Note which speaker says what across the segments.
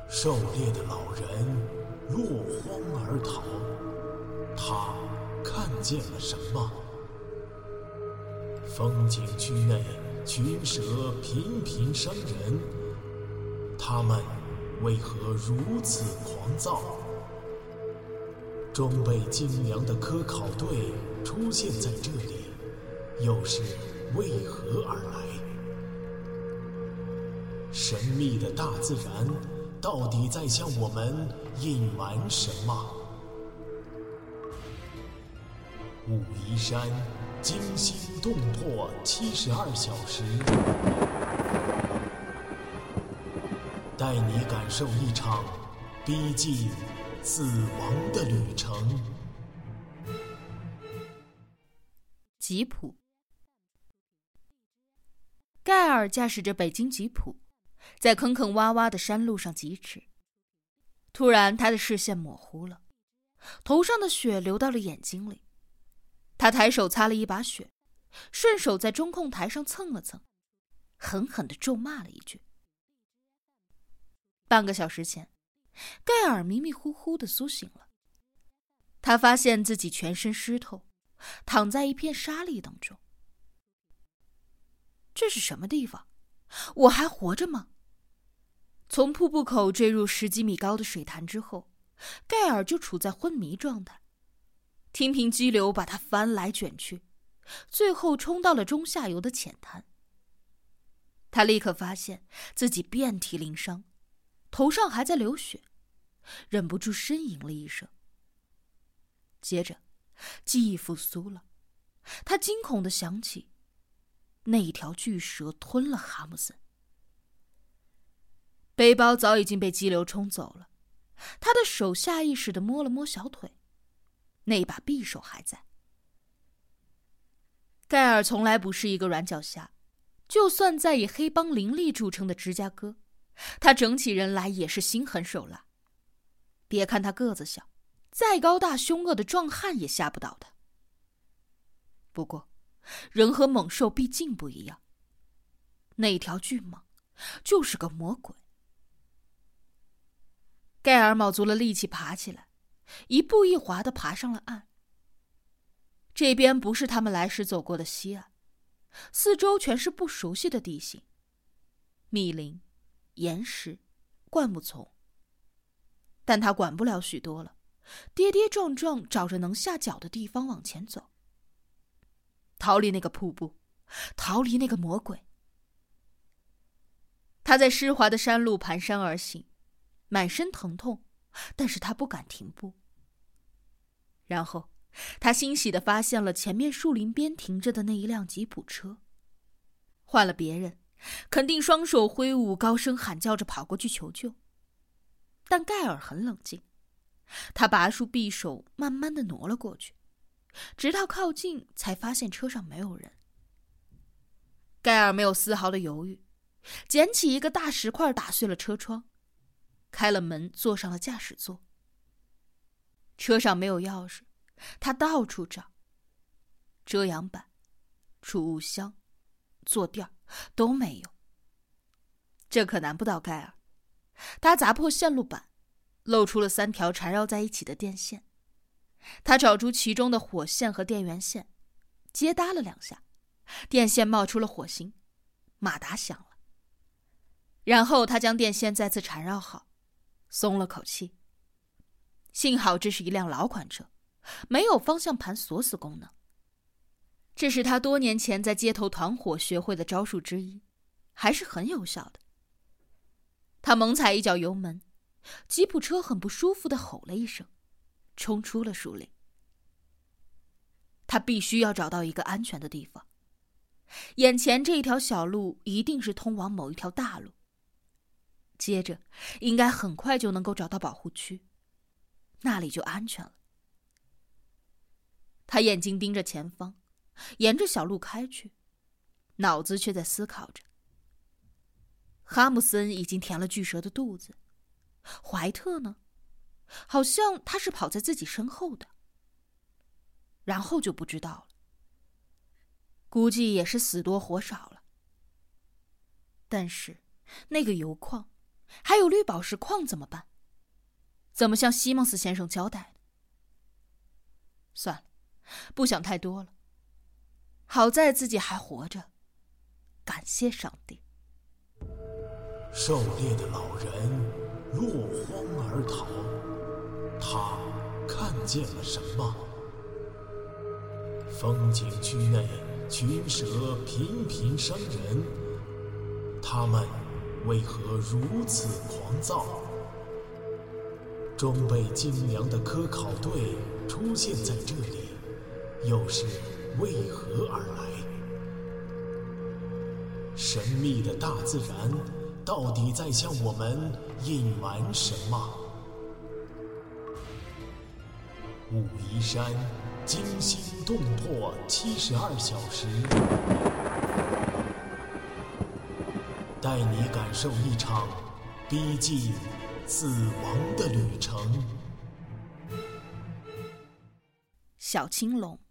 Speaker 1: 狩猎的老人落荒而逃，他看见了什么？风景区内群蛇频频伤人，他们为何如此狂躁？装备精良的科考队出现在这里，又是为何而来？神秘的大自然到底在向我们隐瞒什么？武夷山惊心动魄72小时，带你感受一场逼近死亡的旅程。
Speaker 2: 吉普。盖尔驾驶着北京吉普，在坑坑洼洼的山路上疾驰。突然他的视线模糊了，头上的血流到了眼睛里。他抬手擦了一把血，顺手在中控台上蹭了蹭，狠狠地咒骂了一句。半个小时前，盖尔迷迷糊糊地苏醒了。他发现自己全身湿透，躺在一片沙砾当中。这是什么地方？我还活着吗？从瀑布口坠入10几米高的水潭之后，盖尔就处在昏迷状态。天平激流把他翻来卷去，最后冲到了中下游的浅滩。他立刻发现自己遍体鳞伤，头上还在流血，忍不住呻吟了一声。接着记忆复苏了，他惊恐地想起那一条巨蛇吞了哈姆森。背包早已经被激流冲走了，他的手下意识地摸了摸小腿，那把匕首还在。盖尔从来不是一个软脚虾，就算在以黑帮林立著称的芝加哥，他整起人来也是心狠手辣。别看他个子小，再高大凶恶的壮汉也吓不倒他。不过人和猛兽毕竟不一样，那条巨蟒就是个魔鬼。盖尔卯足了力气爬起来，一步一滑地爬上了岸。这边不是他们来时走过的西岸，四周全是不熟悉的地形，密林、岩石、灌木丛。但他管不了许多了，跌跌撞撞找着能下脚的地方往前走，逃离那个瀑布，逃离那个魔鬼。他在湿滑的山路蹒跚而行，满身疼痛，但是他不敢停步。然后他欣喜地发现了前面树林边停着的那一辆吉普车。换了别人，肯定双手挥舞，高声喊叫着跑过去求救。但盖尔很冷静，他拔出匕首，慢慢地挪了过去，直到靠近才发现车上没有人。盖尔没有丝毫的犹豫，捡起一个大石块打碎了车窗，开了门，坐上了驾驶座。车上没有钥匙，他到处找，遮阳板、储物箱、坐垫都没有。这可难不倒盖尔，他砸破线路板，露出了3条缠绕在一起的电线。他找出其中的火线和电源线，接搭了2下，电线冒出了火星，马达响了。然后他将电线再次缠绕好，松了口气。幸好这是一辆老款车，没有方向盘锁死功能。这是他多年前在街头团伙学会的招数之一，还是很有效的。他猛踩一脚油门，吉普车很不舒服地吼了一声，冲出了树林。他必须要找到一个安全的地方，眼前这一条小路一定是通往某一条大路，接着应该很快就能够找到保护区，那里就安全了。他眼睛盯着前方，沿着小路开去，脑子却在思考着。哈姆森已经填了巨蛇的肚子，怀特呢？好像他是跑在自己身后的，然后就不知道了。估计也是死多活少了。但是那个油矿还有绿宝石矿怎么办？怎么向西蒙斯先生交代呢？算了，不想太多了。好在自己还活着，感谢上帝。
Speaker 1: 狩猎的老人落荒而逃，他看见了什么？风景区内群蛇频频伤人，他们为何如此狂躁？装备精良的科考队出现在这里，又是为何而来？神秘的大自然到底在向我们隐瞒什么？武夷山惊心动魄72小时，带你感受一场逼近死亡的旅程。
Speaker 2: 小青龙。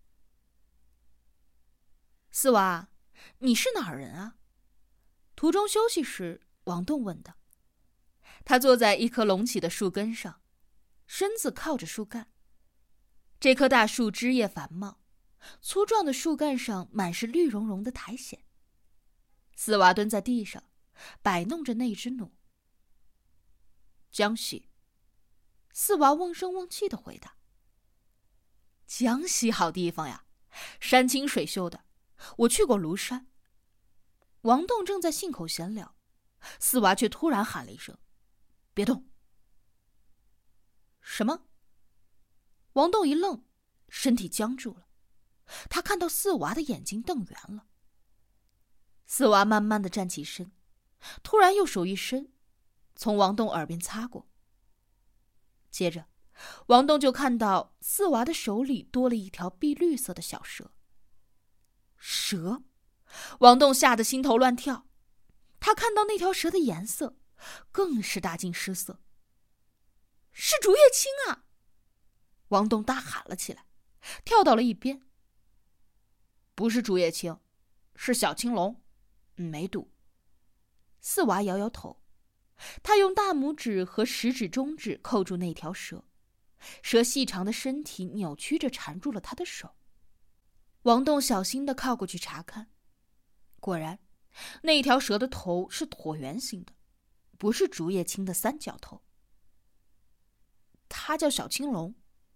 Speaker 2: 四娃，你是哪儿人啊？途中休息时，王栋问道。他坐在一棵隆起的树根上，身子靠着树干。这棵大树枝叶繁茂，粗壮的树干上满是绿茸茸的苔藓。四娃蹲在地上，摆弄着那只弩。江西。四娃瓮声瓮气地回答。江西好地方呀，山清水秀的，我去过庐山。王栋正在信口闲聊，四娃却突然喊了一声：“别动！”什么？王栋一愣，身体僵住了。他看到四娃的眼睛瞪圆了。四娃慢慢地站起身，突然右手一伸，从王栋耳边擦过。接着王栋就看到四娃的手里多了一条碧绿色的小蛇。蛇！王栋吓得心头乱跳。他看到那条蛇的颜色，更是大惊失色。是竹叶青啊！王栋大喊了起来，跳到了一边。不是竹叶青，是小青龙，没毒。四娃摇摇头，他用大拇指和食指中指扣住那条蛇，蛇细长的身体扭曲着缠住了他的手。王栋小心地靠过去查看，果然，那条蛇的头是椭圆形的，不是竹叶青的三角头。它叫小青龙。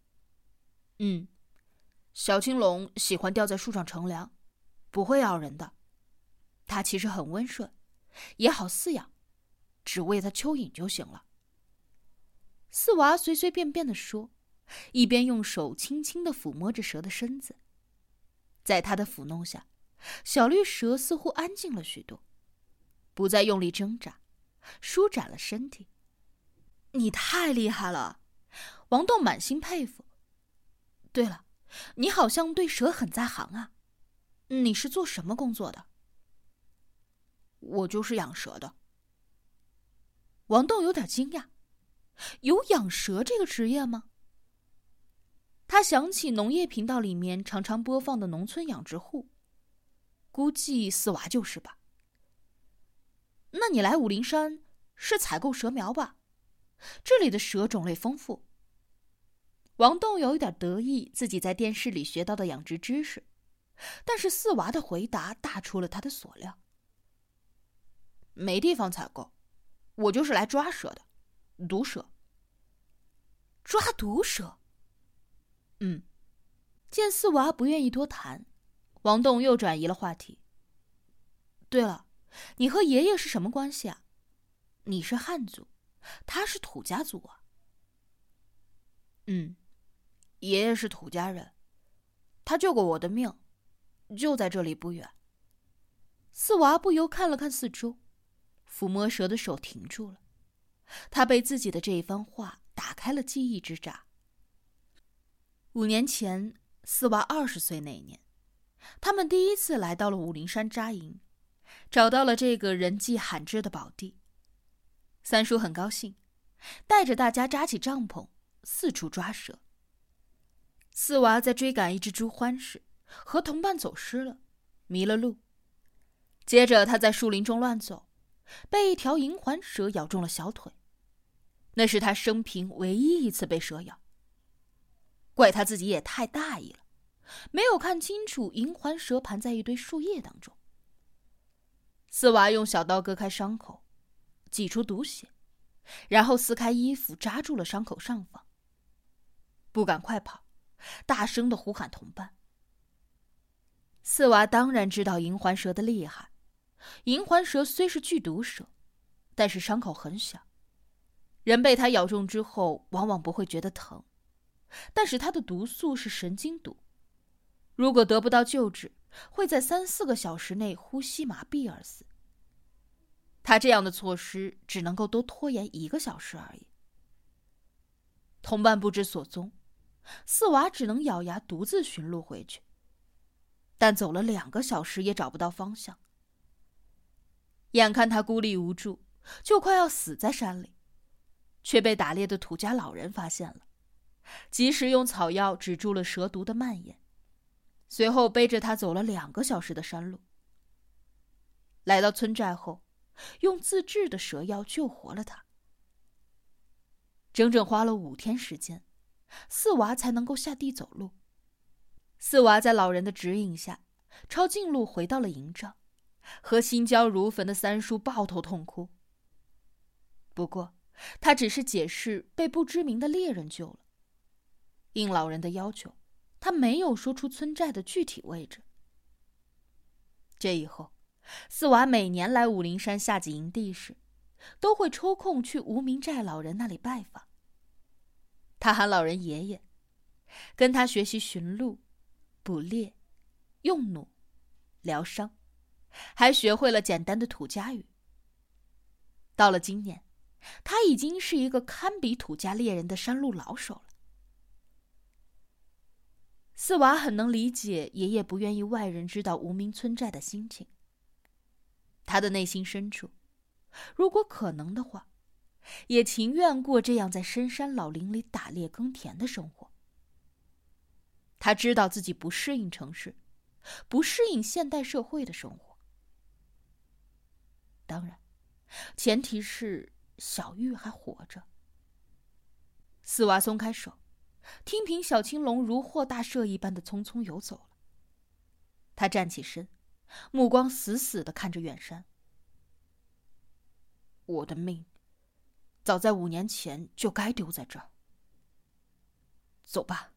Speaker 2: 小青龙喜欢吊在树上乘凉，不会咬人的。它其实很温顺，也好饲养，只喂它蚯蚓就行了。四娃随随便便地说，一边用手轻轻地抚摸着蛇的身子。在他的抚弄下，小绿蛇似乎安静了许多，不再用力挣扎，舒展了身体。你太厉害了！王栋满心佩服。对了，你好像对蛇很在行啊。你是做什么工作的？我就是养蛇的。王栋有点惊讶，有养蛇这个职业吗？他想起农业频道里面常常播放的农村养殖户，估计四娃就是吧。那你来武陵山是采购蛇苗吧？这里的蛇种类丰富。王栋有一点得意自己在电视里学到的养殖知识，但是四娃的回答大出了他的所料。没地方采购，我就是来抓蛇的，毒蛇。抓毒蛇？见四娃不愿意多谈，王栋又转移了话题。对了，你和爷爷是什么关系啊？你是汉族，他是土家族啊。爷爷是土家人，他救过我的命，就在这里不远。四娃不由看了看四周，抚摸蛇的手停住了。他被自己的这一番话打开了记忆之闸。5年前，四娃20岁那年，他们第一次来到了武陵山扎营，找到了这个人迹罕至的宝地。三叔很高兴，带着大家扎起帐篷，四处抓蛇。四娃在追赶一只猪獾时，和同伴走失了，迷了路。接着他在树林中乱走， 被一条银环蛇咬中了小腿，那是他生平唯一一次被蛇咬。怪他自己也太大意了，没有看清楚银环蛇盘在一堆树叶当中。四娃用小刀割开伤口，挤出毒血，然后撕开衣服扎住了伤口上方。不敢快跑，大声地呼喊同伴。四娃当然知道银环蛇的厉害，银环蛇虽是剧毒蛇，但是伤口很小，人被它咬中之后往往不会觉得疼，但是它的毒素是神经毒，如果得不到救治，会在3-4个小时内呼吸麻痹而死。他这样的措施只能够多拖延1个小时而已。同伴不知所踪，四娃只能咬牙独自寻路回去，但走了2个小时也找不到方向。眼看他孤立无助，就快要死在山里，却被打猎的土家老人发现了，及时用草药止住了蛇毒的蔓延，随后背着他走了2个小时的山路。来到村寨后，用自制的蛇药救活了他。整整花了5天时间，四娃才能够下地走路。四娃在老人的指引下，抄近路回到了营帐，和心焦如焚的三叔抱头痛哭。不过他只是解释被不知名的猎人救了，应老人的要求，他没有说出村寨的具体位置。这以后，四娃每年来武陵山夏季营地时，都会抽空去无名寨老人那里拜访。他喊老人爷爷，跟他学习寻路、捕猎、用弩、疗伤，还学会了简单的土家语。到了今年，他已经是一个堪比土家猎人的山路老手了。四娃很能理解爷爷不愿意外人知道无名村寨的心情。他的内心深处，如果可能的话，也情愿过这样在深山老林里打猎耕田的生活。他知道自己不适应城市，不适应现代社会的生活。当然，前提是小玉还活着。四娃松开手，听凭小青龙如获大赦一般的匆匆游走了。他站起身，目光死死地看着远山。我的命，早在5年前就该丢在这儿。走吧。